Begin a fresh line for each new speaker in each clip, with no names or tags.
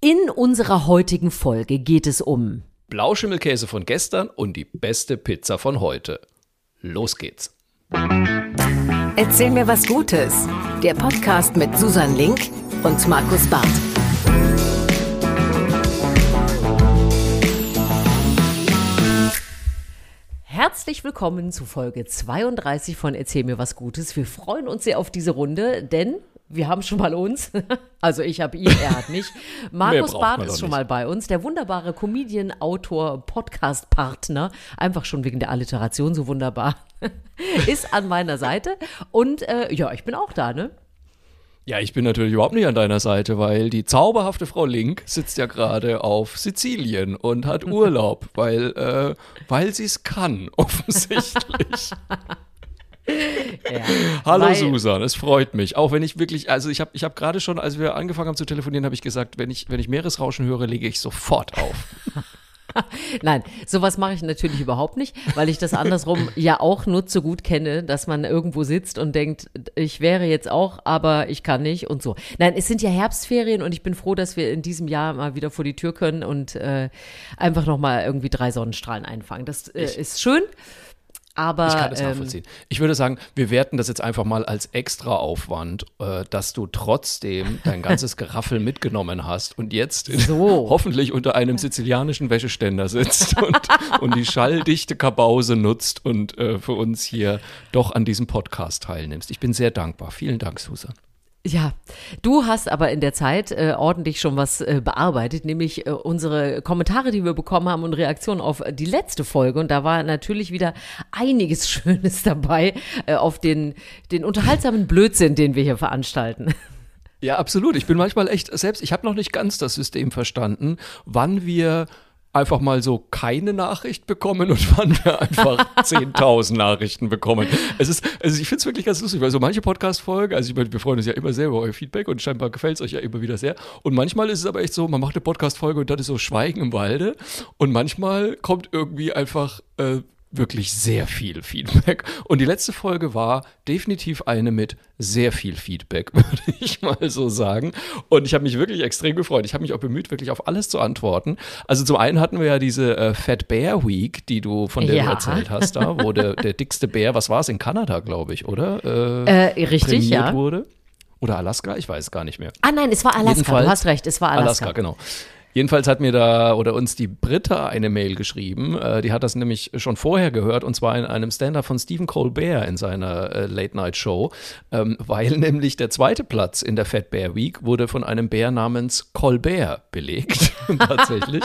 In unserer heutigen Folge geht es um
Blauschimmelkäse von gestern und die beste Pizza von heute. Los geht's.
Erzähl mir was Gutes. Der Podcast mit Susan Link und Markus Barth.
Herzlich willkommen zu Folge 32 von Erzähl mir was Gutes. Wir freuen uns sehr auf diese Runde, denn wir haben schon mal uns, also ich habe ihn, er hat mich. Markus Barth ist schon mal bei uns, der wunderbare Comedian, Autor, Podcast-Partner, einfach schon wegen der Alliteration so wunderbar, ist an meiner Seite. Und ja, ich bin auch da, ne?
Ja, ich bin natürlich überhaupt nicht an deiner Seite, weil die zauberhafte Frau Link sitzt ja gerade auf Sizilien und hat Urlaub, weil sie es kann, offensichtlich.
Ja,
Hallo Susan, es freut mich. Auch wenn ich wirklich, also ich hab gerade schon, als wir angefangen haben zu telefonieren, habe ich gesagt, wenn ich Meeresrauschen höre, lege ich sofort auf.
Nein, sowas mache ich natürlich überhaupt nicht, weil ich das andersrum ja auch nur zu gut kenne, dass man irgendwo sitzt und denkt, ich wäre jetzt auch, aber ich kann nicht und so. Nein, es sind ja Herbstferien und ich bin froh, dass wir in diesem Jahr mal wieder vor die Tür können und einfach nochmal irgendwie 3 Sonnenstrahlen einfangen. Das ist schön. Aber,
ich kann das nachvollziehen. Ich würde sagen, wir werten das jetzt einfach mal als extra Aufwand, dass du trotzdem dein ganzes Geraffel mitgenommen hast und jetzt hoffentlich unter einem sizilianischen Wäscheständer sitzt und die schalldichte Kabause nutzt und für uns hier doch an diesem Podcast teilnimmst. Ich bin sehr dankbar. Vielen Dank, Susan.
Ja, du hast aber in der Zeit ordentlich schon was bearbeitet, nämlich unsere Kommentare, die wir bekommen haben und Reaktionen auf die letzte Folge. Und da war natürlich wieder einiges Schönes dabei auf den unterhaltsamen Blödsinn, den wir hier veranstalten.
Ja, absolut. Ich bin manchmal echt selbst, ich habe noch nicht ganz das System verstanden, wann wir einfach mal so keine Nachricht bekommen und wann wir einfach 10.000 Nachrichten bekommen. Also ich finde es wirklich ganz lustig, weil so manche Podcast-Folgen, also ich meine, wir freuen uns ja immer sehr über euer Feedback und scheinbar gefällt es euch ja immer wieder sehr. Und manchmal ist es aber echt so, man macht eine Podcast-Folge und dann ist so Schweigen im Walde und manchmal kommt irgendwie einfach wirklich sehr viel Feedback. Und die letzte Folge war definitiv eine mit sehr viel Feedback, würde ich mal so sagen. Und ich habe mich wirklich extrem gefreut. Ich habe mich auch bemüht, wirklich auf alles zu antworten. Also zum einen hatten wir ja diese Fat Bear Week, von der du erzählt hast, da, wo der dickste Bär, was war es, in Kanada, glaube ich, oder?
Richtig, ja.
Wurde. Oder Alaska, ich weiß es gar nicht mehr.
Ah nein, es war Alaska, jedenfalls, du hast recht, es war Alaska.
Alaska, genau. Jedenfalls hat mir uns die Britta eine Mail geschrieben, die hat das nämlich schon vorher gehört und zwar in einem Stand-up von Stephen Colbert in seiner Late-Night-Show, weil nämlich der zweite Platz in der Fat Bear Week wurde von einem Bär namens Colbert belegt, tatsächlich,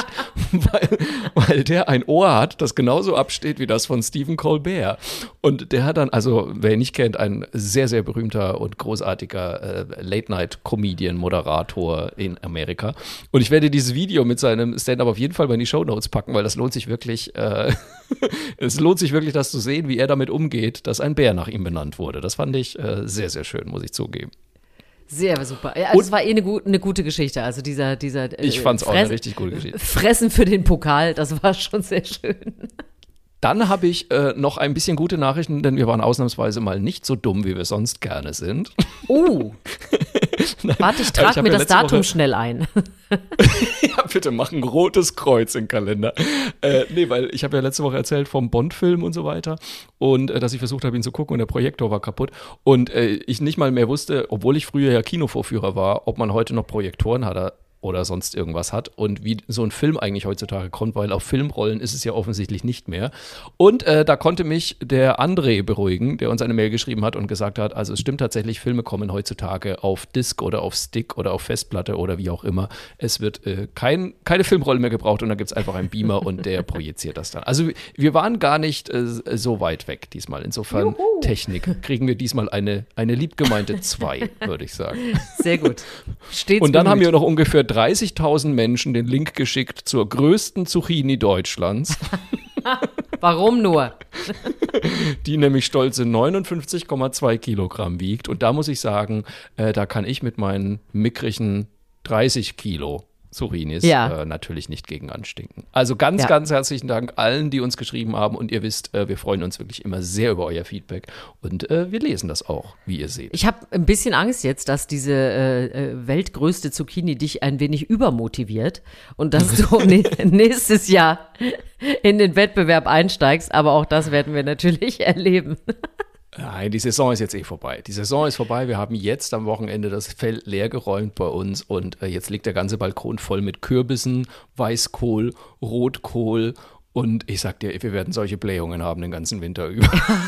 weil der ein Ohr hat, das genauso absteht wie das von Stephen Colbert und der hat dann, also wer ihn nicht kennt, ein sehr, sehr berühmter und großartiger Late-Night-Comedian, Moderator in Amerika und ich werde dieses Video mit seinem Stand-up auf jeden Fall mal in die Shownotes packen, weil das lohnt sich wirklich, es lohnt sich wirklich, das zu sehen, wie er damit umgeht, dass ein Bär nach ihm benannt wurde. Das fand ich sehr, sehr schön, muss ich zugeben.
Sehr super. Ja, also es war eine gute Geschichte. Also dieser
ich fand es auch eine richtig gute Geschichte.
Fressen für den Pokal, das war schon sehr schön.
Dann habe ich noch ein bisschen gute Nachrichten, denn wir waren ausnahmsweise mal nicht so dumm, wie wir sonst gerne sind.
Oh. Nein, warte, ich trage mir das Datum schnell ein.
Ja, bitte mach ein rotes Kreuz im Kalender. Nee, weil ich habe ja letzte Woche erzählt vom Bond-Film und so weiter und dass ich versucht habe, ihn zu gucken und der Projektor war kaputt und ich nicht mal mehr wusste, obwohl ich früher ja Kinovorführer war, ob man heute noch Projektoren hat oder sonst irgendwas hat und wie so ein Film eigentlich heutzutage kommt, weil auf Filmrollen ist es ja offensichtlich nicht mehr. Und da konnte mich der André beruhigen, der uns eine Mail geschrieben hat und gesagt hat, also es stimmt tatsächlich, Filme kommen heutzutage auf Disc oder auf Stick oder auf Festplatte oder wie auch immer. Es wird keine Filmrolle mehr gebraucht und da gibt es einfach einen Beamer und der projiziert das dann. Also wir waren gar nicht so weit weg diesmal. Insofern Technik kriegen wir diesmal eine liebgemeinte 2, würde ich sagen.
Sehr gut. Stets
und dann
bemüht.
haben wir noch ungefähr 30.000 Menschen den Link geschickt zur größten Zucchini Deutschlands.
Warum nur?
Die nämlich stolze 59,2 Kilogramm wiegt. Und da muss ich sagen, da kann ich mit meinen mickrigen 30 Kilo Surinis natürlich nicht gegen anstinken. Also ganz herzlichen Dank allen, die uns geschrieben haben. Und ihr wisst, wir freuen uns wirklich immer sehr über euer Feedback. Und wir lesen das auch, wie ihr seht.
Ich habe ein bisschen Angst jetzt, dass diese weltgrößte Zucchini dich ein wenig übermotiviert und dass du nächstes Jahr in den Wettbewerb einsteigst. Aber auch das werden wir natürlich erleben.
Nein, die Saison ist jetzt vorbei. Die Saison ist vorbei. Wir haben jetzt am Wochenende das Feld leer geräumt bei uns und jetzt liegt der ganze Balkon voll mit Kürbissen, Weißkohl, Rotkohl und ich sag dir, wir werden solche Blähungen haben den ganzen Winter über.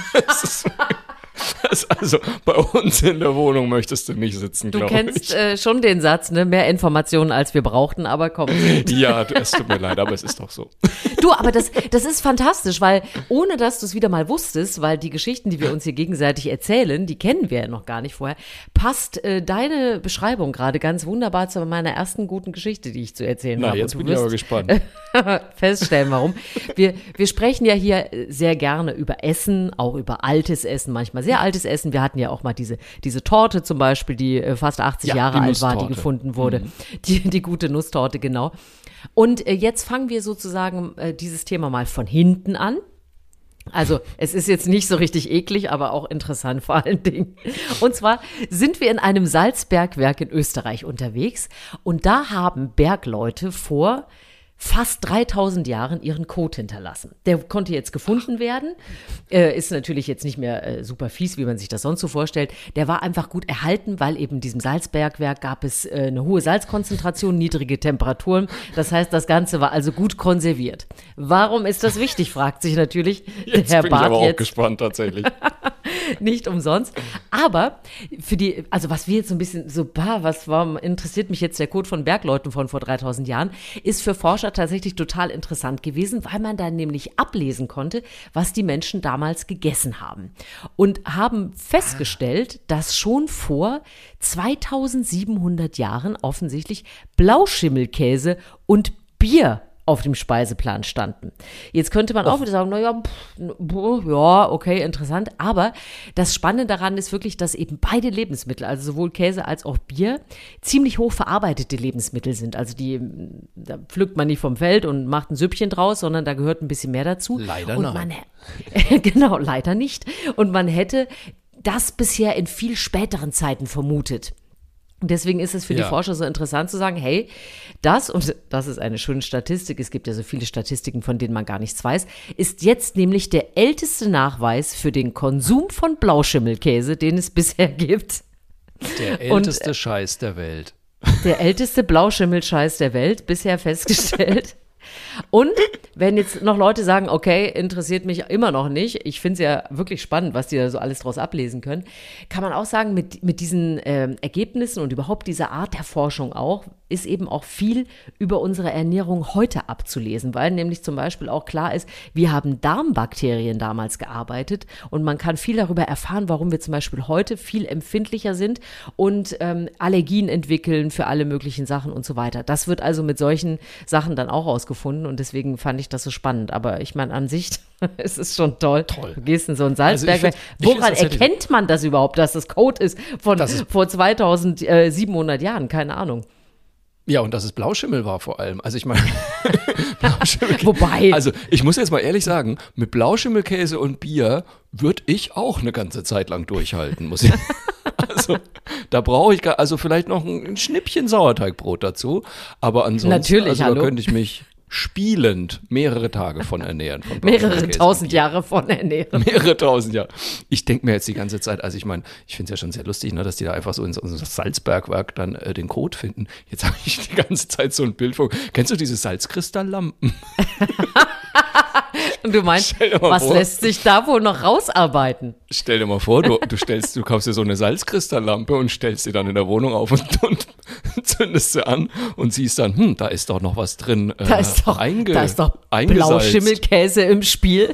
Also bei uns in der Wohnung möchtest du nicht sitzen, glaube ich.
Du kennst schon den Satz, ne? Mehr Informationen, als wir brauchten, aber komm.
Ja, es tut mir leid, aber es ist doch so.
Du, aber das ist fantastisch, weil ohne dass du es wieder mal wusstest, weil die Geschichten, die wir uns hier gegenseitig erzählen, die kennen wir ja noch gar nicht vorher, passt deine Beschreibung gerade ganz wunderbar zu meiner ersten guten Geschichte, die ich zu erzählen habe.
Jetzt bin ich aber gespannt.
Feststellen, warum. Wir sprechen ja hier sehr gerne über Essen, auch über altes Essen, manchmal sehr altes Essen. Wir hatten ja auch mal diese Torte zum Beispiel, die fast 80 Jahre alt war, die gefunden wurde. Die gute Nusstorte, genau. Und jetzt fangen wir sozusagen dieses Thema mal von hinten an. Also es ist jetzt nicht so richtig eklig, aber auch interessant vor allen Dingen. Und zwar sind wir in einem Salzbergwerk in Österreich unterwegs und da haben Bergleute vor fast 3000 Jahren ihren Code hinterlassen. Der konnte jetzt gefunden werden, ist natürlich jetzt nicht mehr super fies, wie man sich das sonst so vorstellt. Der war einfach gut erhalten, weil eben in diesem Salzbergwerk gab es eine hohe Salzkonzentration, niedrige Temperaturen. Das heißt, das Ganze war also gut konserviert. Warum ist das wichtig, fragt sich natürlich
jetzt
Herr
bin
Barth.
Ich aber auch gespannt tatsächlich.
Nicht umsonst. Aber also was wir jetzt so ein bisschen warum interessiert mich jetzt der Code von Bergleuten von vor 3000 Jahren, ist für Forscher tatsächlich total interessant gewesen, weil man dann nämlich ablesen konnte, was die Menschen damals gegessen haben. Und haben festgestellt, dass schon vor 2700 Jahren offensichtlich Blauschimmelkäse und Bier auf dem Speiseplan standen. Jetzt könnte man auch wieder sagen, ja, okay, interessant. Aber das Spannende daran ist wirklich, dass eben beide Lebensmittel, also sowohl Käse als auch Bier, ziemlich hoch verarbeitete Lebensmittel sind. Also da pflückt man nicht vom Feld und macht ein Süppchen draus, sondern da gehört ein bisschen mehr dazu.
Leider
nein. Genau, leider nicht. Und man hätte das bisher in viel späteren Zeiten vermutet. Und deswegen ist es für die Forscher so interessant zu sagen, hey, und das ist eine schöne Statistik, es gibt ja so viele Statistiken, von denen man gar nichts weiß, ist jetzt nämlich der älteste Nachweis für den Konsum von Blauschimmelkäse, den es bisher gibt.
Der älteste Scheiß der Welt.
Der älteste Blauschimmelscheiß der Welt, bisher festgestellt. Und wenn jetzt noch Leute sagen, okay, interessiert mich immer noch nicht, ich finde es ja wirklich spannend, was die da so alles draus ablesen können, kann man auch sagen, mit diesen Ergebnissen und überhaupt dieser Art der Forschung auch, ist eben auch viel über unsere Ernährung heute abzulesen, weil nämlich zum Beispiel auch klar ist, wir haben Darmbakterien damals gearbeitet und man kann viel darüber erfahren, warum wir zum Beispiel heute viel empfindlicher sind und Allergien entwickeln für alle möglichen Sachen und so weiter. Das wird also mit solchen Sachen dann auch rausgefunden und deswegen fand ich das so spannend. Aber ich meine, an sich ist es schon toll. Du gehst in so ein Salzbergwerk. Also woran erkennt man das überhaupt, dass das Code ist von vor 2700 Jahren? Keine Ahnung.
Ja, und dass es Blauschimmel war vor allem. Also ich meine,
Wobei.
Also ich muss jetzt mal ehrlich sagen, mit Blauschimmelkäse und Bier würde ich auch eine ganze Zeit lang durchhalten, muss ich. Also da brauche ich vielleicht noch ein Schnippchen Sauerteigbrot dazu. Aber ansonsten
natürlich,
da könnte ich mich spielend mehrere Tage von ernähren.
Mehrere tausend Jahre von ernähren.
Mehrere tausend Jahre. Ich denke mir jetzt die ganze Zeit, also ich meine, ich finde es ja schon sehr lustig, ne, dass die da einfach so in so einem Salzbergwerk dann den Code finden. Jetzt habe ich die ganze Zeit so ein Bild vor. Kennst du diese Salzkristalllampen?
Und du meinst, was lässt sich da wohl noch rausarbeiten?
Stell dir mal vor, du kaufst dir so eine Salzkristalllampe und stellst sie dann in der Wohnung auf und zündest sie an und siehst dann, da ist doch noch was drin.
Da ist doch Blauschimmelkäse im Spiel.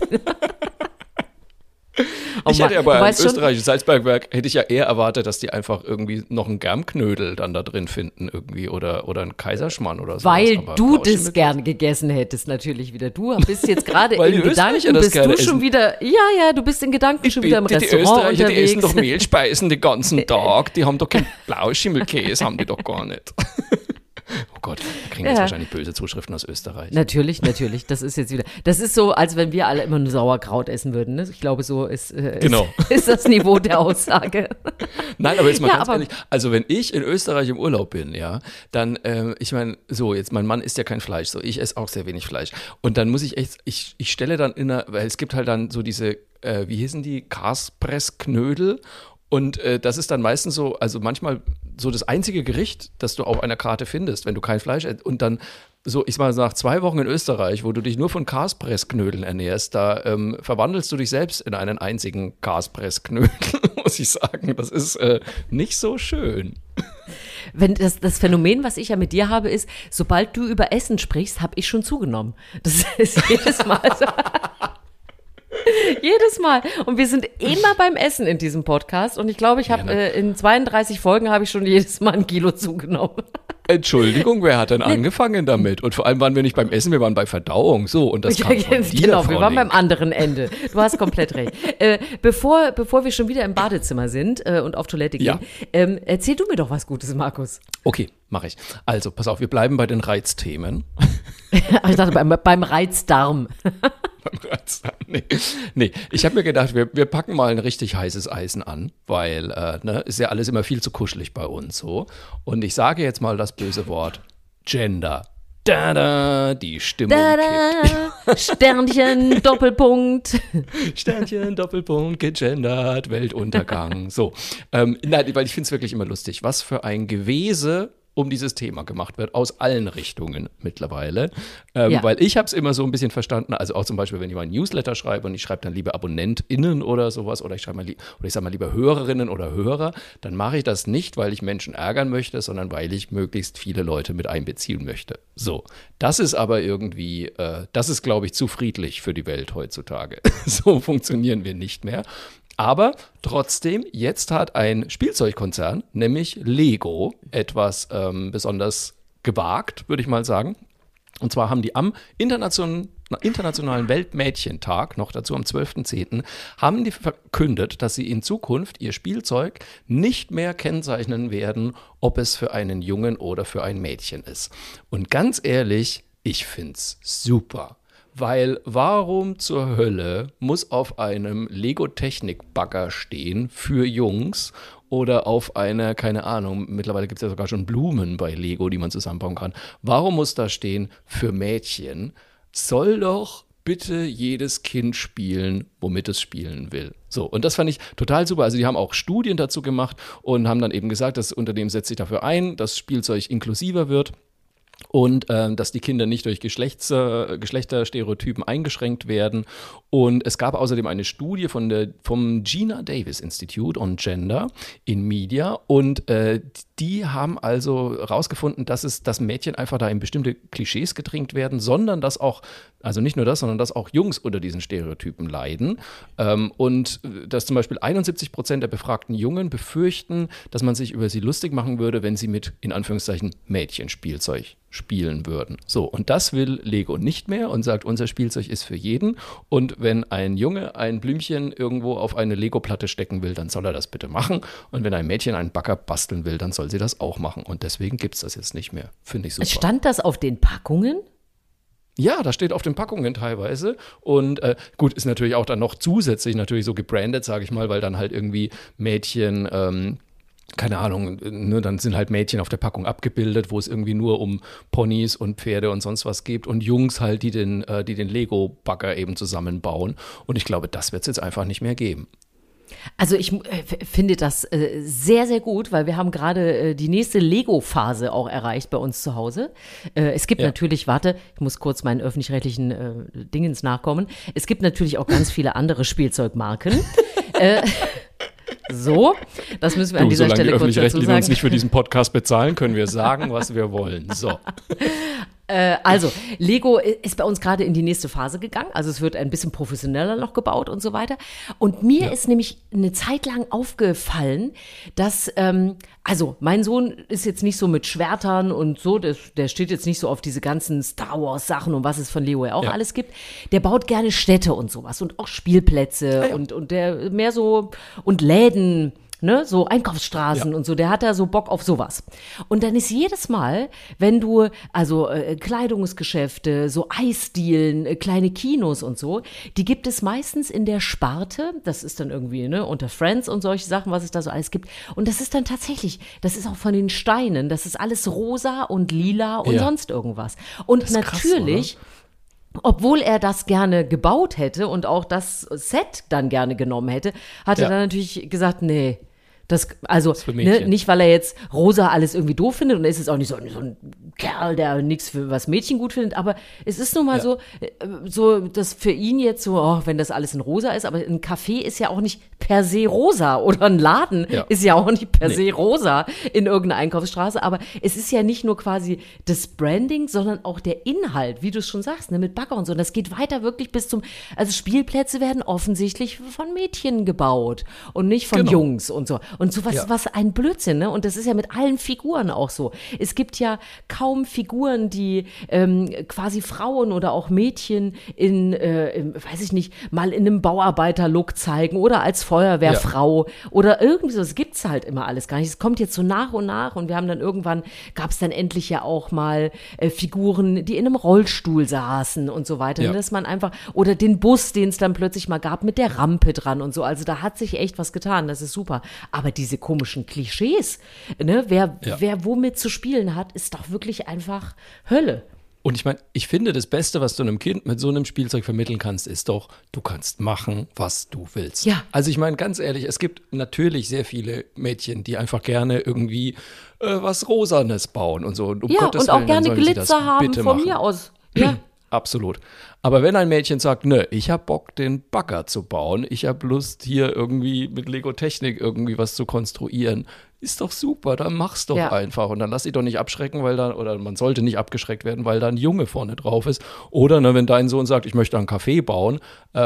Ich hätte aber im österreichischen Salzbergwerk hätte ich ja eher erwartet, dass die einfach irgendwie noch einen Germknödel dann da drin finden irgendwie oder einen Kaiserschmarrn oder so.
Weil du das gern gegessen hättest natürlich wieder. Du bist jetzt gerade in Gedanken, bist du schon wieder, du bist in Gedanken schon wieder im Restaurant unterwegs.
Die essen doch Mehlspeisen den ganzen Tag, die haben doch keinen Blauschimmelkäse, haben die doch gar nicht. Oh Gott, kriegen jetzt wahrscheinlich böse Zuschriften aus Österreich.
Natürlich. Das ist jetzt wieder. Das ist so, als wenn wir alle immer nur Sauerkraut essen würden. Ne? Ich glaube, so ist das Niveau der Aussage.
Nein, aber jetzt mal ganz ehrlich. Also wenn ich in Österreich im Urlaub bin, ja, dann, ich meine, so, jetzt mein Mann isst ja kein Fleisch, so, ich esse auch sehr wenig Fleisch. Und dann muss ich echt, ich stelle dann weil es gibt halt dann so diese, wie hießen die, Kaspressknödel. Und das ist dann meistens so, also manchmal so das einzige Gericht, das du auf einer Karte findest, wenn du kein Fleisch isst. Und dann so, ich sag mal, nach 2 Wochen in Österreich, wo du dich nur von Kaspressknödeln ernährst, da verwandelst du dich selbst in einen einzigen Kaspressknödel, muss ich sagen. Das ist nicht so schön.
Wenn das Phänomen, was ich ja mit dir habe, ist, sobald du über Essen sprichst, habe ich schon zugenommen. Das ist jedes Mal so. Jedes Mal. Und wir sind immer beim Essen in diesem Podcast. Und ich glaube, ich habe in 32 Folgen habe ich schon jedes Mal 1 Kilo zugenommen.
Entschuldigung, wer hat denn angefangen damit? Und vor allem waren wir nicht beim Essen, wir waren bei Verdauung. So, und das kam von dir,
genau,
Frau
wir waren
Link.
beim anderen Ende. Du hast komplett recht. Bevor wir schon wieder im Badezimmer sind und auf Toilette gehen, erzähl du mir doch was Gutes, Markus.
Okay, mache ich. Also, pass auf, wir bleiben bei den Reizthemen.
Ich dachte, beim Reizdarm.
Beim Reizdarm, nee. Ich habe mir gedacht, wir packen mal ein richtig heißes Eisen an, weil ist ja alles immer viel zu kuschelig bei uns so. Und ich sage jetzt mal das böse Wort Gender. Da, die Stimmung kippt.
Sternchen, Doppelpunkt.
Sternchen, Doppelpunkt, gegendert, Weltuntergang. So, nein, weil ich finde es wirklich immer lustig, was für ein Gewese um dieses Thema gemacht wird, aus allen Richtungen mittlerweile. Weil ich habe es immer so ein bisschen verstanden, also auch zum Beispiel, wenn ich mal ein Newsletter schreibe und ich schreibe dann lieber AbonnentInnen oder sowas oder ich sage mal lieber Hörerinnen oder Hörer, dann mache ich das nicht, weil ich Menschen ärgern möchte, sondern weil ich möglichst viele Leute mit einbeziehen möchte. So, das ist aber irgendwie, das ist, glaube ich, zu friedlich für die Welt heutzutage. So funktionieren wir nicht mehr. Aber trotzdem, jetzt hat ein Spielzeugkonzern, nämlich Lego, etwas besonders gewagt, würde ich mal sagen. Und zwar haben die am Internationalen Weltmädchentag, noch dazu am 12.10., haben die verkündet, dass sie in Zukunft ihr Spielzeug nicht mehr kennzeichnen werden, ob es für einen Jungen oder für ein Mädchen ist. Und ganz ehrlich, ich find's super. Weil warum zur Hölle muss auf einem Lego-Technik-Bagger stehen für Jungs oder auf einer, keine Ahnung, mittlerweile gibt es ja sogar schon Blumen bei Lego, die man zusammenbauen kann. Warum muss da stehen für Mädchen? Soll doch bitte jedes Kind spielen, womit es spielen will. So, und das fand ich total super. Also die haben auch Studien dazu gemacht und haben dann eben gesagt, das Unternehmen setzt sich dafür ein, dass Spielzeug inklusiver wird. Und dass die Kinder nicht durch Geschlechterstereotypen eingeschränkt werden. Und es gab außerdem eine Studie vom Gina Davis Institute on Gender in Media. Und die haben also herausgefunden, dass Mädchen einfach da in bestimmte Klischees gedrängt werden, sondern dass auch, also nicht nur das, sondern dass auch Jungs unter diesen Stereotypen leiden. Und dass zum Beispiel 71% der befragten Jungen befürchten, dass man sich über sie lustig machen würde, wenn sie mit, in Anführungszeichen, Mädchenspielzeug spielen würden. So, und das will Lego nicht mehr und sagt, unser Spielzeug ist für jeden. Und wenn ein Junge ein Blümchen irgendwo auf eine Lego-Platte stecken will, dann soll er das bitte machen. Und wenn ein Mädchen einen Bagger basteln will, dann soll sie das auch machen. Und deswegen gibt es das jetzt nicht mehr. Finde ich super.
Stand das auf den Packungen?
Ja, das steht auf den Packungen teilweise. Und gut, ist natürlich auch dann noch zusätzlich natürlich so gebrandet, sage ich mal, weil dann halt irgendwie Mädchen keine Ahnung, ne, dann sind halt Mädchen auf der Packung abgebildet, wo es irgendwie nur um Ponys und Pferde und sonst was geht und Jungs halt, die den Lego-Bagger eben zusammenbauen. Und ich glaube, das wird es jetzt einfach nicht mehr geben.
Also ich finde das sehr, sehr gut, weil wir haben gerade die nächste Lego-Phase auch erreicht bei uns zu Hause. Es gibt natürlich, ich muss kurz meinen öffentlich-rechtlichen Dingens nachkommen. Es gibt natürlich auch ganz viele andere Spielzeugmarken. So, das müssen wir an dieser Stelle kurz dazu sagen. Solange die Öffentlich-Rechtlichen uns
nicht für diesen Podcast bezahlen, können wir sagen, was wir wollen. So.
Also, Lego ist bei uns gerade in die nächste Phase gegangen. Also es wird ein bisschen professioneller noch gebaut und so weiter. Und mir ist nämlich eine Zeit lang aufgefallen, dass, also mein Sohn ist jetzt nicht so mit Schwertern und so, der steht jetzt nicht so auf diese ganzen Star Wars Sachen und was es von Lego ja auch alles gibt. Der baut gerne Städte und sowas und auch Spielplätze und der mehr so und Läden. ne, so Einkaufsstraßen und so, der hat da so Bock auf sowas. Und dann ist jedes Mal, wenn du, also Kleidungsgeschäfte, so Eisdielen, kleine Kinos und so, die gibt es meistens in der Sparte, das ist dann irgendwie, ne, unter Friends und solche Sachen, was es da so alles gibt. Und das ist dann tatsächlich, das ist auch von den Steinen, das ist alles rosa und lila und sonst irgendwas. Und das natürlich, krass, obwohl er das gerne gebaut hätte und auch das Set dann gerne genommen hätte, hat er dann natürlich gesagt, nee, das ne, nicht, weil er jetzt rosa alles irgendwie doof findet und er ist jetzt auch nicht so ein Kerl, der nichts für was Mädchen gut findet, aber es ist nun mal so, dass für ihn jetzt so, wenn das alles in rosa ist, aber ein Café ist ja auch nicht per se rosa oder ein Laden ist ja auch nicht per se rosa in irgendeiner Einkaufsstraße, aber es ist ja nicht nur quasi das Branding, sondern auch der Inhalt, wie du es schon sagst, ne, mit Bagger und so, und das geht weiter wirklich also Spielplätze werden offensichtlich von Mädchen gebaut und nicht von Jungs und so. Und sowas, was ein Blödsinn, ne? Und das ist ja mit allen Figuren auch so. Es gibt ja kaum Figuren, die quasi Frauen oder auch Mädchen weiß ich nicht, mal in einem Bauarbeiter-Look zeigen oder als Feuerwehrfrau oder irgendwie so. Das gibt's halt immer alles gar nicht. Es kommt jetzt so nach und nach und wir haben dann irgendwann, gab's dann endlich ja auch mal Figuren, die in einem Rollstuhl saßen und so weiter. Ja. Dass man einfach, oder den Bus, den es dann plötzlich mal gab mit der Rampe dran und so. Also da hat sich echt was getan. Das ist super. Aber diese komischen Klischees, ne, wer womit zu spielen hat, ist doch wirklich einfach Hölle.
Und ich meine, ich finde, das Beste, was du einem Kind mit so einem Spielzeug vermitteln kannst, ist doch, du kannst machen, was du willst.
Ja.
Also ich meine, ganz ehrlich, es gibt natürlich sehr viele Mädchen, die einfach gerne irgendwie was Rosanes bauen und so. Und
Gottes Willen, auch gerne Glitzer haben, von mir aus. Ja.
Absolut. Aber wenn ein Mädchen sagt, ne, ich hab Bock, den Bagger zu bauen, ich hab Lust, hier irgendwie mit Lego-Technik irgendwie was zu konstruieren, ist doch super, dann mach's doch einfach. Und dann lass dich doch nicht abschrecken, oder man sollte nicht abgeschreckt werden, weil da ein Junge vorne drauf ist. Oder ne, wenn dein Sohn sagt, ich möchte einen Café bauen,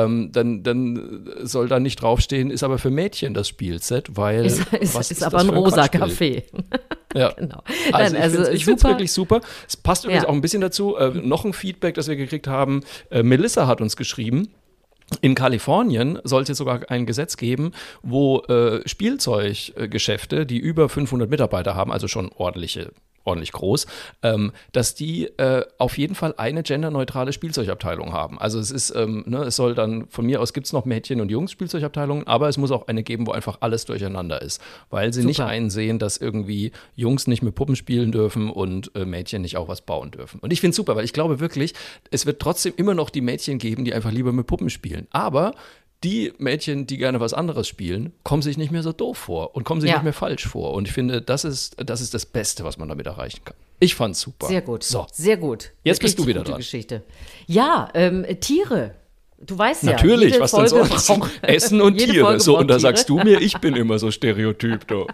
dann soll da nicht draufstehen, ist aber für Mädchen das Spielset, weil
ist aber ein rosa Café.
Ja, genau. Also ich finde es wirklich super. Es passt übrigens auch ein bisschen dazu. Noch ein Feedback, das wir gekriegt haben. Melissa hat uns geschrieben, in Kalifornien soll es jetzt sogar ein Gesetz geben, wo Spielzeuggeschäfte, die über 500 Mitarbeiter haben, also schon ordentlich groß, dass die auf jeden Fall eine genderneutrale Spielzeugabteilung haben. Also es ist, es soll dann, von mir aus gibt es noch Mädchen- und Jungs-Spielzeugabteilungen, aber es muss auch eine geben, wo einfach alles durcheinander ist, weil sie nicht einsehen, dass irgendwie Jungs nicht mit Puppen spielen dürfen und Mädchen nicht auch was bauen dürfen. Und ich finde es super, weil ich glaube wirklich, es wird trotzdem immer noch die Mädchen geben, die einfach lieber mit Puppen spielen. Aber die Mädchen, die gerne was anderes spielen, kommen sich nicht mehr so doof vor und kommen sich nicht mehr falsch vor. Und ich finde, das ist das Beste, was man damit erreichen kann. Ich fand's super.
Sehr gut.
So.
Sehr gut.
Jetzt bist du wieder dran.
Geschichte. Ja, Tiere. Du weißt
natürlich, was denn sonst? Essen und Tiere. So, und da sagst du mir, ich bin immer so stereotyp, du.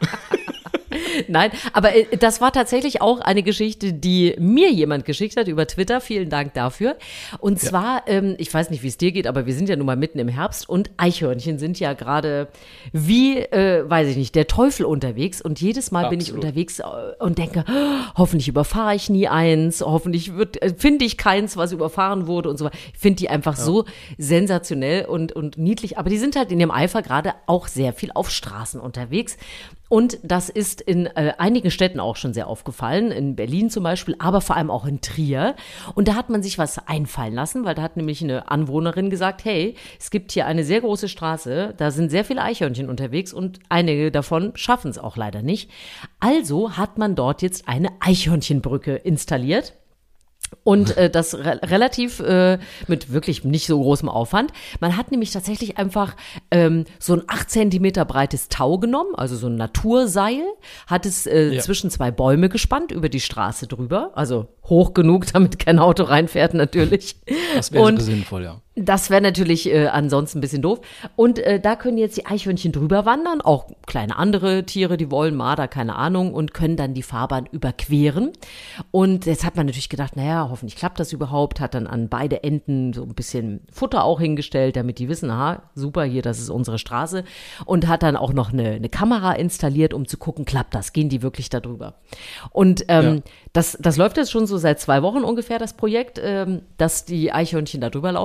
Nein, aber das war tatsächlich auch eine Geschichte, die mir jemand geschickt hat über Twitter. Vielen Dank dafür. Und zwar, ich weiß nicht, wie es dir geht, aber wir sind ja nun mal mitten im Herbst und Eichhörnchen sind ja gerade wie, weiß ich nicht, der Teufel unterwegs. Und jedes Mal bin ich unterwegs und denke, hoffentlich überfahre ich nie eins, hoffentlich finde ich keins, was überfahren wurde und so weiter. Ich finde die einfach so sensationell und niedlich. Aber die sind halt in ihrem Eifer gerade auch sehr viel auf Straßen unterwegs. Und das ist in einigen Städten auch schon sehr aufgefallen, in Berlin zum Beispiel, aber vor allem auch in Trier. Und da hat man sich was einfallen lassen, weil da hat nämlich eine Anwohnerin gesagt, hey, es gibt hier eine sehr große Straße, da sind sehr viele Eichhörnchen unterwegs und einige davon schaffen es auch leider nicht. Also hat man dort jetzt eine Eichhörnchenbrücke installiert. Und das relativ mit wirklich nicht so großem Aufwand. Man hat nämlich tatsächlich einfach so ein 8 Zentimeter breites Tau genommen, also so ein Naturseil, hat es zwischen zwei Bäume gespannt, über die Straße drüber, also hoch genug, damit kein Auto reinfährt natürlich.
Das wäre sinnvoll, ja.
Das wäre natürlich ansonsten ein bisschen doof. Und da können jetzt die Eichhörnchen drüber wandern, auch kleine andere Tiere, die wollen, Marder, keine Ahnung, und können dann die Fahrbahn überqueren. Und jetzt hat man natürlich gedacht, naja, hoffentlich klappt das überhaupt, hat dann an beide Enden so ein bisschen Futter auch hingestellt, damit die wissen, aha, super, hier, das ist unsere Straße. Und hat dann auch noch eine Kamera installiert, um zu gucken, klappt das, gehen die wirklich da drüber. Und das läuft jetzt schon so seit 2 Wochen ungefähr, das Projekt, dass die Eichhörnchen da drüber laufen können. Und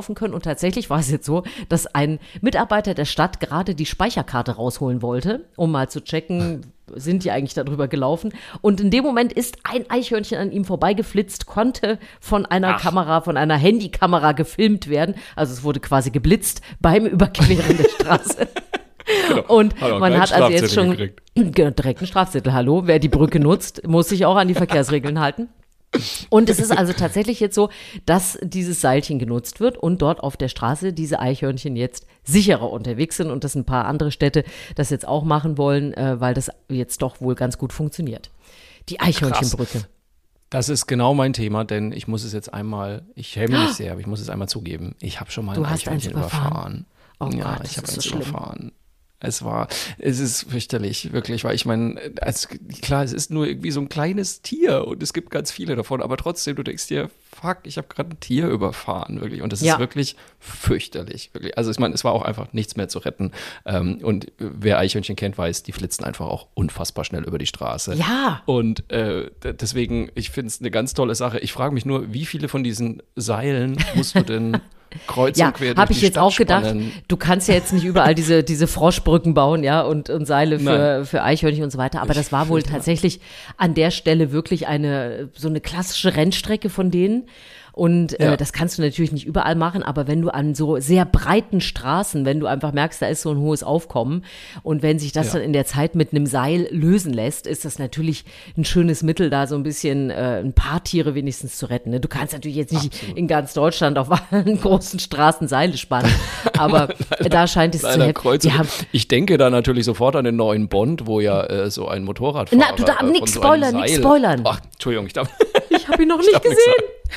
tatsächlich war es jetzt so, dass ein Mitarbeiter der Stadt gerade die Speicherkarte rausholen wollte, um mal zu checken, sind die eigentlich darüber gelaufen. Und in dem Moment ist ein Eichhörnchen an ihm vorbeigeflitzt, konnte von einer Kamera, von einer Handykamera gefilmt werden. Also es wurde quasi geblitzt beim Überqueren der Straße. Genau. Und man hat also jetzt schon direkt einen Strafzettel. Hallo, wer die Brücke nutzt, muss sich auch an die Verkehrsregeln halten. Und es ist also tatsächlich jetzt so, dass dieses Seilchen genutzt wird und dort auf der Straße diese Eichhörnchen jetzt sicherer unterwegs sind und dass ein paar andere Städte das jetzt auch machen wollen, weil das jetzt doch wohl ganz gut funktioniert. Die Eichhörnchenbrücke.
Krass. Das ist genau mein Thema, denn ich muss es jetzt einmal, ich schäme mich sehr, aber ich muss es einmal zugeben, ich habe schon mal ein Eichhörnchen überfahren.
Oh
ja,
Gott,
ich habe
so
eins
schlimm.
überfahren. Es ist fürchterlich, wirklich, weil ich meine, klar, es ist nur irgendwie so ein kleines Tier und es gibt ganz viele davon, aber trotzdem, du denkst dir, fuck, ich habe gerade ein Tier überfahren, wirklich. Und das ist wirklich fürchterlich, wirklich. Also ich meine, es war auch einfach nichts mehr zu retten. Und wer Eichhörnchen kennt, weiß, die flitzen einfach auch unfassbar schnell über die Straße.
Ja.
Und deswegen, ich finde es eine ganz tolle Sache. Ich frage mich nur, wie viele von diesen Seilen musst du denn kreuz und quer durch
habe ich
die
jetzt
Stadt
auch gedacht,
spannen?
du kannst ja jetzt nicht überall diese Froschbrücken bauen, ja, und Seile für Eichhörnchen und so weiter, aber das war wohl tatsächlich an der Stelle wirklich so eine klassische Rennstrecke von denen. Und das kannst du natürlich nicht überall machen, aber wenn du an so sehr breiten Straßen, wenn du einfach merkst, da ist so ein hohes Aufkommen und wenn sich das dann in der Zeit mit einem Seil lösen lässt, ist das natürlich ein schönes Mittel, da so ein bisschen ein paar Tiere wenigstens zu retten. Ne? Du kannst natürlich jetzt nicht in ganz Deutschland auf allen großen Straßen Seile spannen, aber da scheint es zu helfen.
Ich denke da natürlich sofort an den neuen Bond, wo ja so ein Motorradfahrer
Na, du darfst nix spoilern.
Ach, Entschuldigung,
ich habe ihn noch nicht gesehen.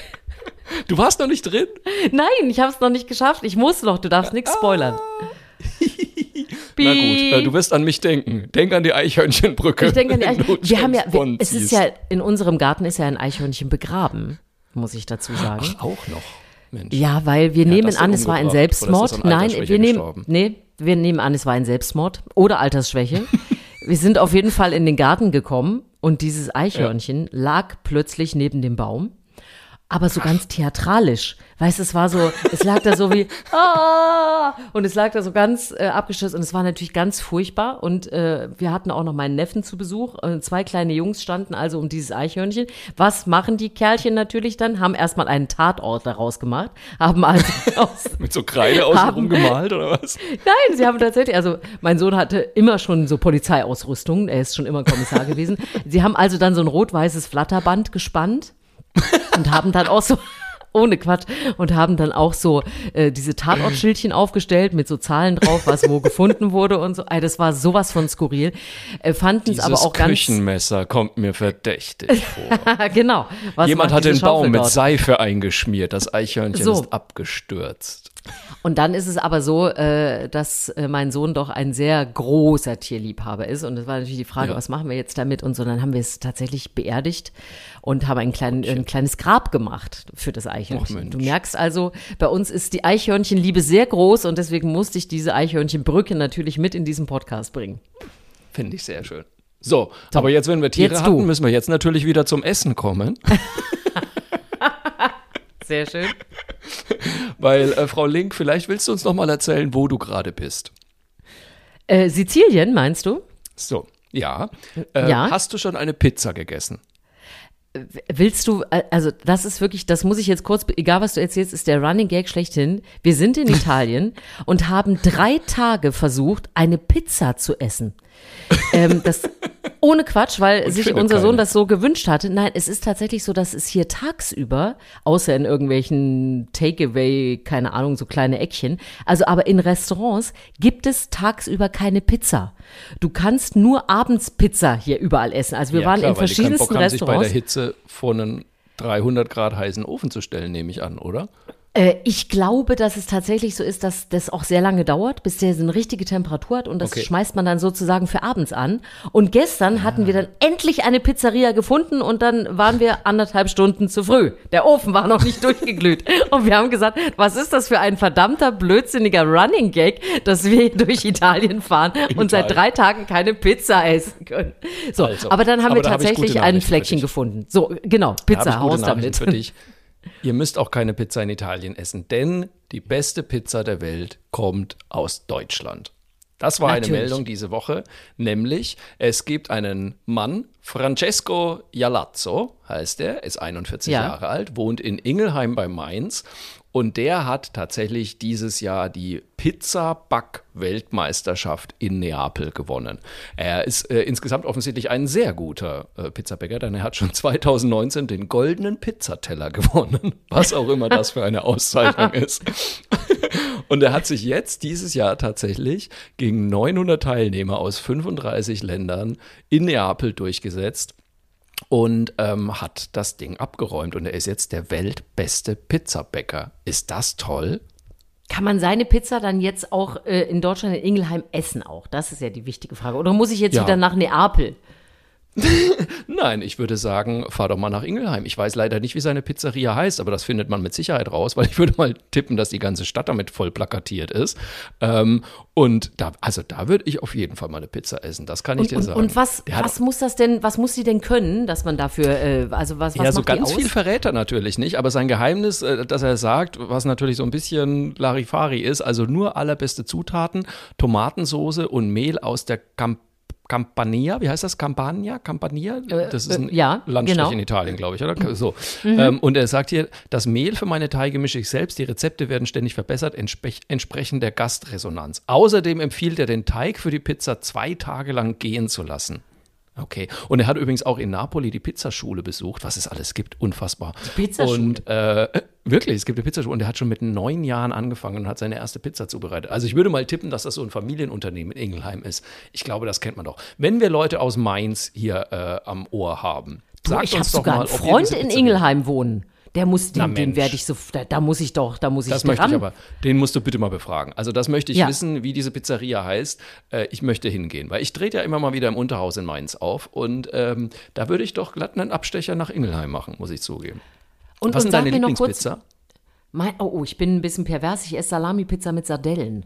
Du warst noch nicht drin?
Nein, ich habe es noch nicht geschafft. Ich muss noch, du darfst nichts spoilern.
Na gut, du wirst an mich denken. Denk an die Eichhörnchenbrücke.
Ich denke an die Eichhörnchenbrücke. Es ist ja, in unserem Garten ist ja ein Eichhörnchen begraben, muss ich dazu sagen.
Ach, auch noch? Mensch.
Ja, weil wir nehmen an, es war ein Selbstmord. Nein, wir nehmen an, es war ein Selbstmord oder Altersschwäche. Wir sind auf jeden Fall in den Garten gekommen und dieses Eichhörnchen lag plötzlich neben dem Baum. Aber so ganz theatralisch. Weißt du, es lag da so wie, und es lag da so ganz abgestürzt und es war natürlich ganz furchtbar und wir hatten auch noch meinen Neffen zu Besuch. 2 kleine Jungs standen also um dieses Eichhörnchen. Was machen die Kerlchen natürlich dann? Haben erstmal einen Tatort daraus gemacht, haben also
mit so Kreide außenrum gemalt oder was?
Nein, sie haben tatsächlich, also mein Sohn hatte immer schon so Polizeiausrüstung, er ist schon immer Kommissar gewesen. Sie haben also dann so ein rot-weißes Flatterband gespannt. Und haben dann auch so, ohne Quatsch, und haben dann auch so diese Tatortschildchen aufgestellt mit so Zahlen drauf, was wo gefunden wurde und so. Das war sowas von skurril. Fanden es aber auch ganz.
Dieses Küchenmesser kommt mir verdächtig vor.
Genau.
Jemand hat den Baum mit Seife eingeschmiert, das Eichhörnchen ist abgestürzt.
Und dann ist es aber so, dass mein Sohn doch ein sehr großer Tierliebhaber ist. Und das war natürlich die Frage, was machen wir jetzt damit? Und so, dann haben wir es tatsächlich beerdigt und haben ein kleines Grab gemacht für das Eichhörnchen. Du merkst also, bei uns ist die Eichhörnchenliebe sehr groß und deswegen musste ich diese Eichhörnchenbrücke natürlich mit in diesen Podcast bringen.
Finde ich sehr schön. So, aber jetzt, wenn wir Tiere hatten, müssen wir jetzt natürlich wieder zum Essen kommen.
Sehr schön.
Weil, Frau Link, vielleicht willst du uns noch mal erzählen, wo du gerade bist.
Sizilien, meinst du?
So, ja.
Ja.
Hast du schon eine Pizza gegessen?
Willst du, also das ist wirklich, das muss ich jetzt kurz, egal was du erzählst, ist der Running Gag schlechthin. Wir sind in Italien und haben 3 Tage versucht, eine Pizza zu essen. Das ohne Quatsch, weil sich unser Sohn das so gewünscht hatte. Nein, es ist tatsächlich so, dass es hier tagsüber, außer in irgendwelchen Takeaway, keine Ahnung, so kleine Eckchen, also aber in Restaurants gibt es tagsüber keine Pizza. Du kannst nur abends Pizza hier überall essen. Also wir waren in verschiedensten
Restaurants.
Restaurants.
Sich bei der Hitze vor einen 300 Grad heißen Ofen zu stellen, nehme ich an, oder?
Ich glaube, dass es tatsächlich so ist, dass das auch sehr lange dauert, bis der so eine richtige Temperatur hat und das schmeißt man dann sozusagen für abends an. Und gestern hatten wir dann endlich eine Pizzeria gefunden und dann waren wir 1,5 Stunden zu früh. Der Ofen war noch nicht durchgeglüht. Und wir haben gesagt, was ist das für ein verdammter, blödsinniger Running Gag, dass wir durch Italien fahren und seit 3 Tagen keine Pizza essen können. So, also, aber dann haben wir tatsächlich ein Fleckchen gefunden. So, genau, Pizza, Haus damit.
Für dich. Ihr müsst auch keine Pizza in Italien essen, denn die beste Pizza der Welt kommt aus Deutschland. Das war eine Meldung diese Woche, nämlich es gibt einen Mann, Francesco Ialazzo heißt er, ist 41 Jahre alt, wohnt in Ingelheim bei Mainz und der hat tatsächlich dieses Jahr die Pizza-Back-Weltmeisterschaft in Neapel gewonnen. Er ist insgesamt offensichtlich ein sehr guter Pizzabäcker, denn er hat schon 2019 den goldenen Pizzateller gewonnen, was auch immer das für eine Auszeichnung ist. Und er hat sich jetzt dieses Jahr tatsächlich gegen 900 Teilnehmer aus 35 Ländern in Neapel durchgesetzt und hat das Ding abgeräumt. Und er ist jetzt der weltbeste Pizzabäcker. Ist das toll?
Kann man seine Pizza dann jetzt auch in Deutschland in Ingelheim essen auch? Das ist ja die wichtige Frage. Oder muss ich jetzt wieder nach Neapel?
Nein, ich würde sagen, fahr doch mal nach Ingelheim. Ich weiß leider nicht, wie seine Pizzeria heißt, aber das findet man mit Sicherheit raus, weil ich würde mal tippen, dass die ganze Stadt damit voll plakatiert ist. Und da würde ich auf jeden Fall mal eine Pizza essen, das kann ich dir sagen.
Und was muss sie denn können, dass man dafür, was
ja,
macht
so ganz
die aus?
viel verrät er natürlich nicht, aber sein Geheimnis, das er sagt, was natürlich so ein bisschen Larifari ist, also nur allerbeste Zutaten, Tomatensoße und Mehl aus der Campania, wie heißt das? Campania? Das ist ein Landstrich in Italien, glaube ich, oder? So. Und er sagt hier, das Mehl für meine Teige mische ich selbst, die Rezepte werden ständig verbessert, entsprechend der Gastresonanz. Außerdem empfiehlt er, den Teig für die Pizza 2 Tage lang gehen zu lassen. Okay. Und er hat übrigens auch in Napoli die Pizzaschule besucht, was es alles gibt, unfassbar.
Die Pizzaschule?
Und wirklich, es gibt eine Pizzaschule und er hat schon mit 9 Jahren angefangen und hat seine erste Pizza zubereitet. Also ich würde mal tippen, dass das so ein Familienunternehmen in Ingelheim ist. Ich glaube, das kennt man doch. Wenn wir Leute aus Mainz hier am Ohr haben, sagt uns doch mal, ob
ich habe sogar einen Freund in Ingelheim wohnen. Den werde ich da muss ich dran.
Den musst du bitte mal befragen. Also das möchte ich wissen, wie diese Pizzeria heißt. Ich möchte hingehen, weil ich trete ja immer mal wieder im Unterhaus in Mainz auf und da würde ich doch glatt einen Abstecher nach Ingelheim machen, muss ich zugeben.
Und
was ist deine
sag mir
Lieblingspizza?
Noch kurz, ich bin ein bisschen pervers, ich esse Salami-Pizza mit Sardellen.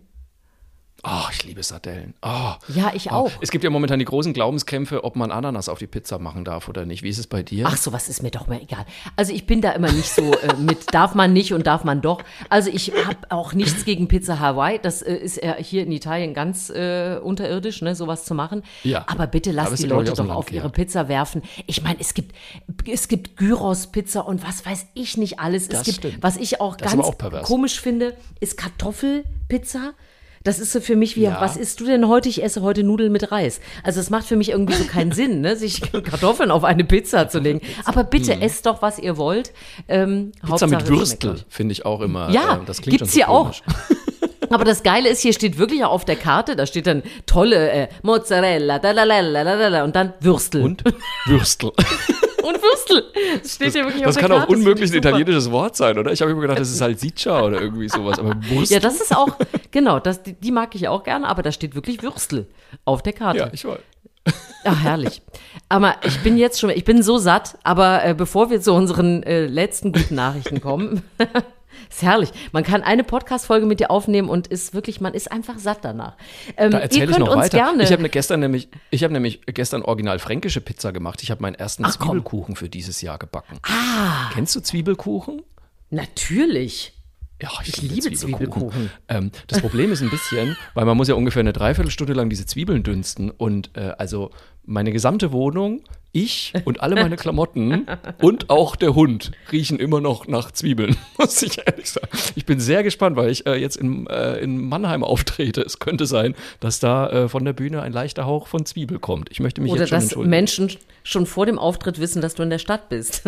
Oh, ich liebe Sardellen. Oh.
Ja, ich auch.
Es gibt ja momentan die großen Glaubenskämpfe, ob man Ananas auf die Pizza machen darf oder nicht. Wie ist es bei dir?
Ach, sowas ist mir doch mal egal. Also ich bin da immer nicht so mit darf man nicht und darf man doch. Also ich habe auch nichts gegen Pizza Hawaii. Das ist hier in Italien ganz unterirdisch, ne, sowas zu machen.
Ja.
Aber bitte lasst die Leute doch auf ihre Pizza werfen. Ich meine, es gibt Gyros-Pizza und was weiß ich nicht alles.
Stimmt.
Was ich auch ganz komisch finde, ist Kartoffelpizza. Das ist so für mich wie, was isst du denn heute? Ich esse heute Nudeln mit Reis. Also es macht für mich irgendwie so keinen Sinn, ne, sich Kartoffeln auf eine Pizza zu legen. Aber bitte esst doch, was ihr wollt.
Pizza mit Würstel finde ich auch immer.
Ja,
das klingt
gibt's
schon so
hier
komisch.
auch. Aber das Geile ist, hier steht wirklich auch auf der Karte, da steht dann tolle Mozzarella, und dann Würstel.
Und Würstel.
Und Würstel. Das steht hier wirklich auf der
Das
Karte.
kann auch unmöglich ein italienisches Wort sein, oder? Ich habe immer gedacht, das ist Salsiccia oder irgendwie sowas. Aber Würstel.
Ja, das ist auch, genau, die mag ich auch gerne, aber da steht wirklich Würstel auf der Karte.
Ja, ich weiß.
Ach, herrlich. Aber ich bin so satt, aber bevor wir zu unseren letzten guten Nachrichten kommen, ist herrlich. Man kann eine Podcast-Folge mit dir aufnehmen und man ist einfach satt danach.
Da erzähle ich noch weiter.
Gerne
ich habe nämlich gestern original fränkische Pizza gemacht. Ich habe meinen ersten Zwiebelkuchen für dieses Jahr gebacken. Kennst du Zwiebelkuchen?
Natürlich.
Ja, ich liebe Zwiebelkuchen. Das Problem ist ein bisschen, weil man muss ja ungefähr eine Dreiviertelstunde lang diese Zwiebeln dünsten und also meine gesamte Wohnung, ich und alle meine Klamotten und auch der Hund riechen immer noch nach Zwiebeln, muss ich ehrlich sagen. Ich bin sehr gespannt, weil ich jetzt in Mannheim auftrete. Es könnte sein, dass da von der Bühne ein leichter Hauch von Zwiebel kommt. Ich möchte mich jetzt schon entschuldigen.
Oder dass Menschen schon vor dem Auftritt wissen, dass du in der Stadt bist.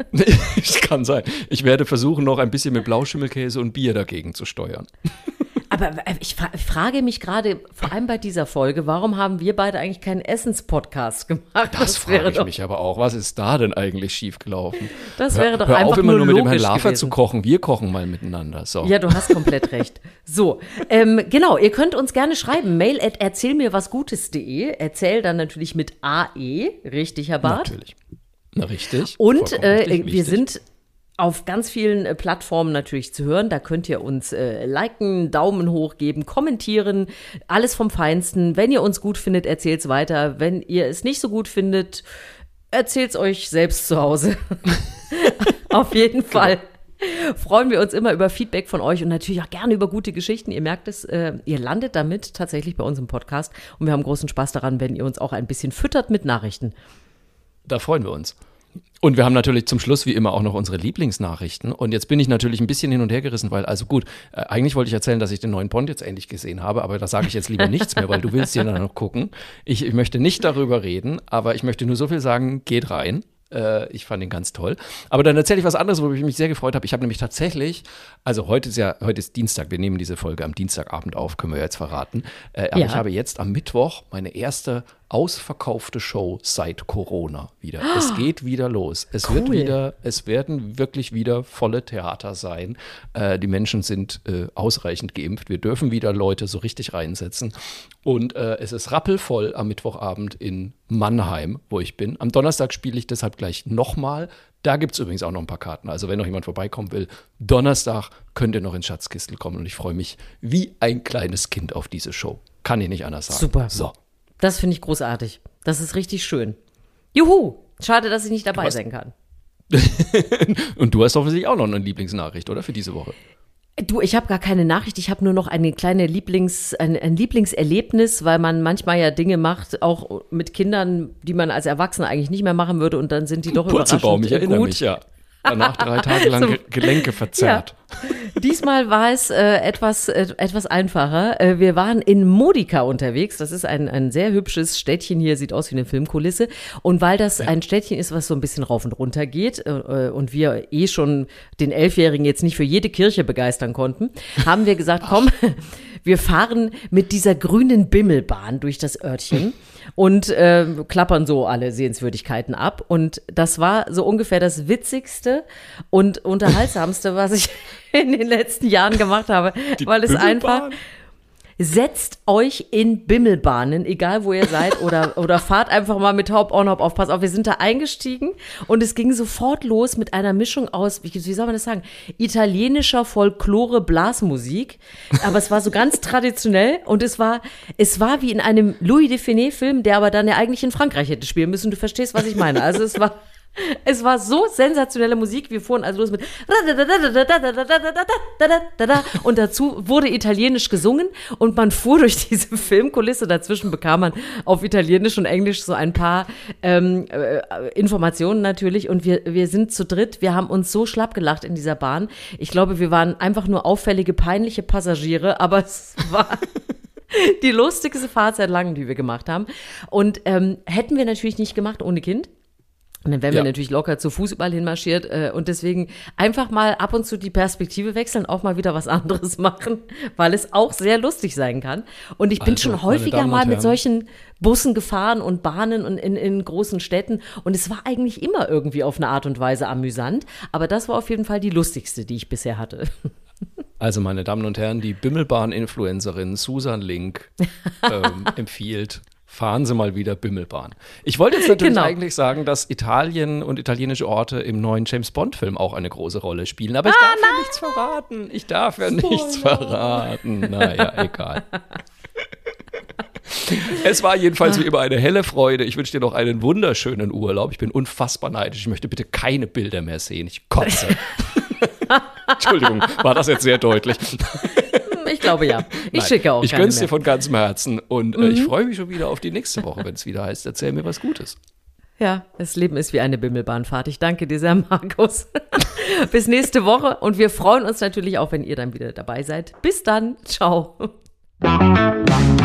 Das kann sein. Ich werde versuchen, noch ein bisschen mit Blauschimmelkäse und Bier dagegen zu steuern.
Aber ich frage mich gerade, vor allem bei dieser Folge, warum haben wir beide eigentlich keinen Essenspodcast gemacht?
Das frage ich mich aber auch. Was ist da denn eigentlich schiefgelaufen?
Das wäre doch
hör
einfach
auf, immer nur mit dem Herrn Laffer
gewesen.
zu kochen. Wir kochen mal miteinander. So.
Ja, du hast komplett recht. So, genau, ihr könnt uns gerne schreiben. mail@erzählmirwasgutes.de. Erzähl dann natürlich mit AE. Richtig, Herr Barth?
Natürlich. Na, richtig.
Und
richtig,
wir sind auf ganz vielen Plattformen natürlich zu hören. Da könnt ihr uns liken, Daumen hoch geben, kommentieren. Alles vom Feinsten. Wenn ihr uns gut findet, erzählt's weiter. Wenn ihr es nicht so gut findet, erzählt's euch selbst zu Hause. Auf jeden Fall. Freuen wir uns immer über Feedback von euch und natürlich auch gerne über gute Geschichten. Ihr merkt es, ihr landet damit tatsächlich bei uns im Podcast und wir haben großen Spaß daran, wenn ihr uns auch ein bisschen füttert mit Nachrichten.
Da freuen wir uns. Und wir haben natürlich zum Schluss wie immer auch noch unsere Lieblingsnachrichten. Und jetzt bin ich natürlich ein bisschen hin und her gerissen, weil, also gut, eigentlich wollte ich erzählen, dass ich den neuen Bond jetzt endlich gesehen habe, aber da sage ich jetzt lieber nichts mehr, weil du willst ja dann noch gucken. Ich möchte nicht darüber reden, aber ich möchte nur so viel sagen, geht rein. Ich fand ihn ganz toll. Aber dann erzähle ich was anderes, worüber ich mich sehr gefreut habe. Ich habe nämlich tatsächlich, also heute ist Dienstag, wir nehmen diese Folge am Dienstagabend auf, können wir jetzt verraten. Aber ich habe jetzt am Mittwoch meine erste ausverkaufte Show seit Corona wieder. Es geht wieder los. Es werden wirklich wieder volle Theater sein. Die Menschen sind ausreichend geimpft. Wir dürfen wieder Leute so richtig reinsetzen. Und es ist rappelvoll am Mittwochabend in Mannheim, wo ich bin. Am Donnerstag spiele ich deshalb gleich nochmal. Da gibt es übrigens auch noch ein paar Karten. Also wenn noch jemand vorbeikommen will, Donnerstag könnt ihr noch ins Schatzkistel kommen. Und ich freue mich wie ein kleines Kind auf diese Show. Kann ich nicht anders sagen.
Super.
So.
Das finde ich großartig. Das ist richtig schön. Juhu! Schade, dass ich nicht dabei sein kann.
Und du hast offensichtlich auch noch eine Lieblingsnachricht, oder? Für diese Woche.
Du, ich habe gar keine Nachricht. Ich habe nur noch eine kleine ein Lieblingserlebnis, weil man manchmal ja Dinge macht, auch mit Kindern, die man als Erwachsener eigentlich nicht mehr machen würde. Und dann sind die doch überraschend
Purzelbaum, ich erinnere
gut.
mich, ja. Danach 3 Tage lang Gelenke verzerrt.
Ja. Diesmal war es etwas einfacher. Wir waren in Modica unterwegs. Das ist ein sehr hübsches Städtchen hier, sieht aus wie eine Filmkulisse. Und weil das ein Städtchen ist, was so ein bisschen rauf und runter geht und wir schon den 11-Jährigen jetzt nicht für jede Kirche begeistern konnten, haben wir gesagt, komm, wir fahren mit dieser grünen Bimmelbahn durch das Örtchen und klappern so alle Sehenswürdigkeiten ab. Und das war so ungefähr das Witzigste und Unterhaltsamste, was ich in den letzten Jahren gemacht habe, weil es einfach, setzt euch in Bimmelbahnen, egal wo ihr seid, oder fahrt einfach mal mit Haupt on Hop auf. Pass auf, wir sind da eingestiegen und es ging sofort los mit einer Mischung aus, wie soll man das sagen, italienischer Folklore-Blasmusik, aber es war so ganz traditionell und es war wie in einem Louis de Funès-Film, der aber dann ja eigentlich in Frankreich hätte spielen müssen. Du verstehst, was ich meine. Also es war so sensationelle Musik. Wir fuhren also los mit und dazu wurde italienisch gesungen und man fuhr durch diese Filmkulisse. Dazwischen bekam man auf Italienisch und Englisch so ein paar Informationen natürlich und wir sind zu dritt. Wir haben uns so schlapp gelacht in dieser Bahn. Ich glaube, wir waren einfach nur auffällige, peinliche Passagiere, aber es war die lustigste Fahrt seit langem, die wir gemacht haben. Und hätten wir natürlich nicht gemacht ohne Kind. Und dann wären wir natürlich locker zu Fuß überall hinmarschiert und deswegen einfach mal ab und zu die Perspektive wechseln, auch mal wieder was anderes machen, weil es auch sehr lustig sein kann. Und ich bin schon häufiger mal mit solchen Bussen gefahren und Bahnen und in großen Städten und es war eigentlich immer irgendwie auf eine Art und Weise amüsant, aber das war auf jeden Fall die lustigste, die ich bisher hatte.
Also meine Damen und Herren, die Bimmelbahn-Influencerin Susan Link empfiehlt, fahren Sie mal wieder Bimmelbahn. Ich wollte jetzt natürlich eigentlich sagen, dass Italien und italienische Orte im neuen James-Bond-Film auch eine große Rolle spielen. Aber ich darf ja nichts verraten. Ich darf ja nichts verraten. Naja, egal. Es war jedenfalls wie immer eine helle Freude. Ich wünsche dir noch einen wunderschönen Urlaub. Ich bin unfassbar neidisch. Ich möchte bitte keine Bilder mehr sehen. Ich kotze. Entschuldigung, war das jetzt sehr deutlich?
Ich glaube ja. Ich schicke auch
Ich gönn's dir von ganzem Herzen und ich freue mich schon wieder auf die nächste Woche, wenn es wieder heißt, erzähl mir was Gutes.
Ja, das Leben ist wie eine Bimmelbahnfahrt. Ich danke dir sehr, Markus. Bis nächste Woche und wir freuen uns natürlich auch, wenn ihr dann wieder dabei seid. Bis dann. Ciao.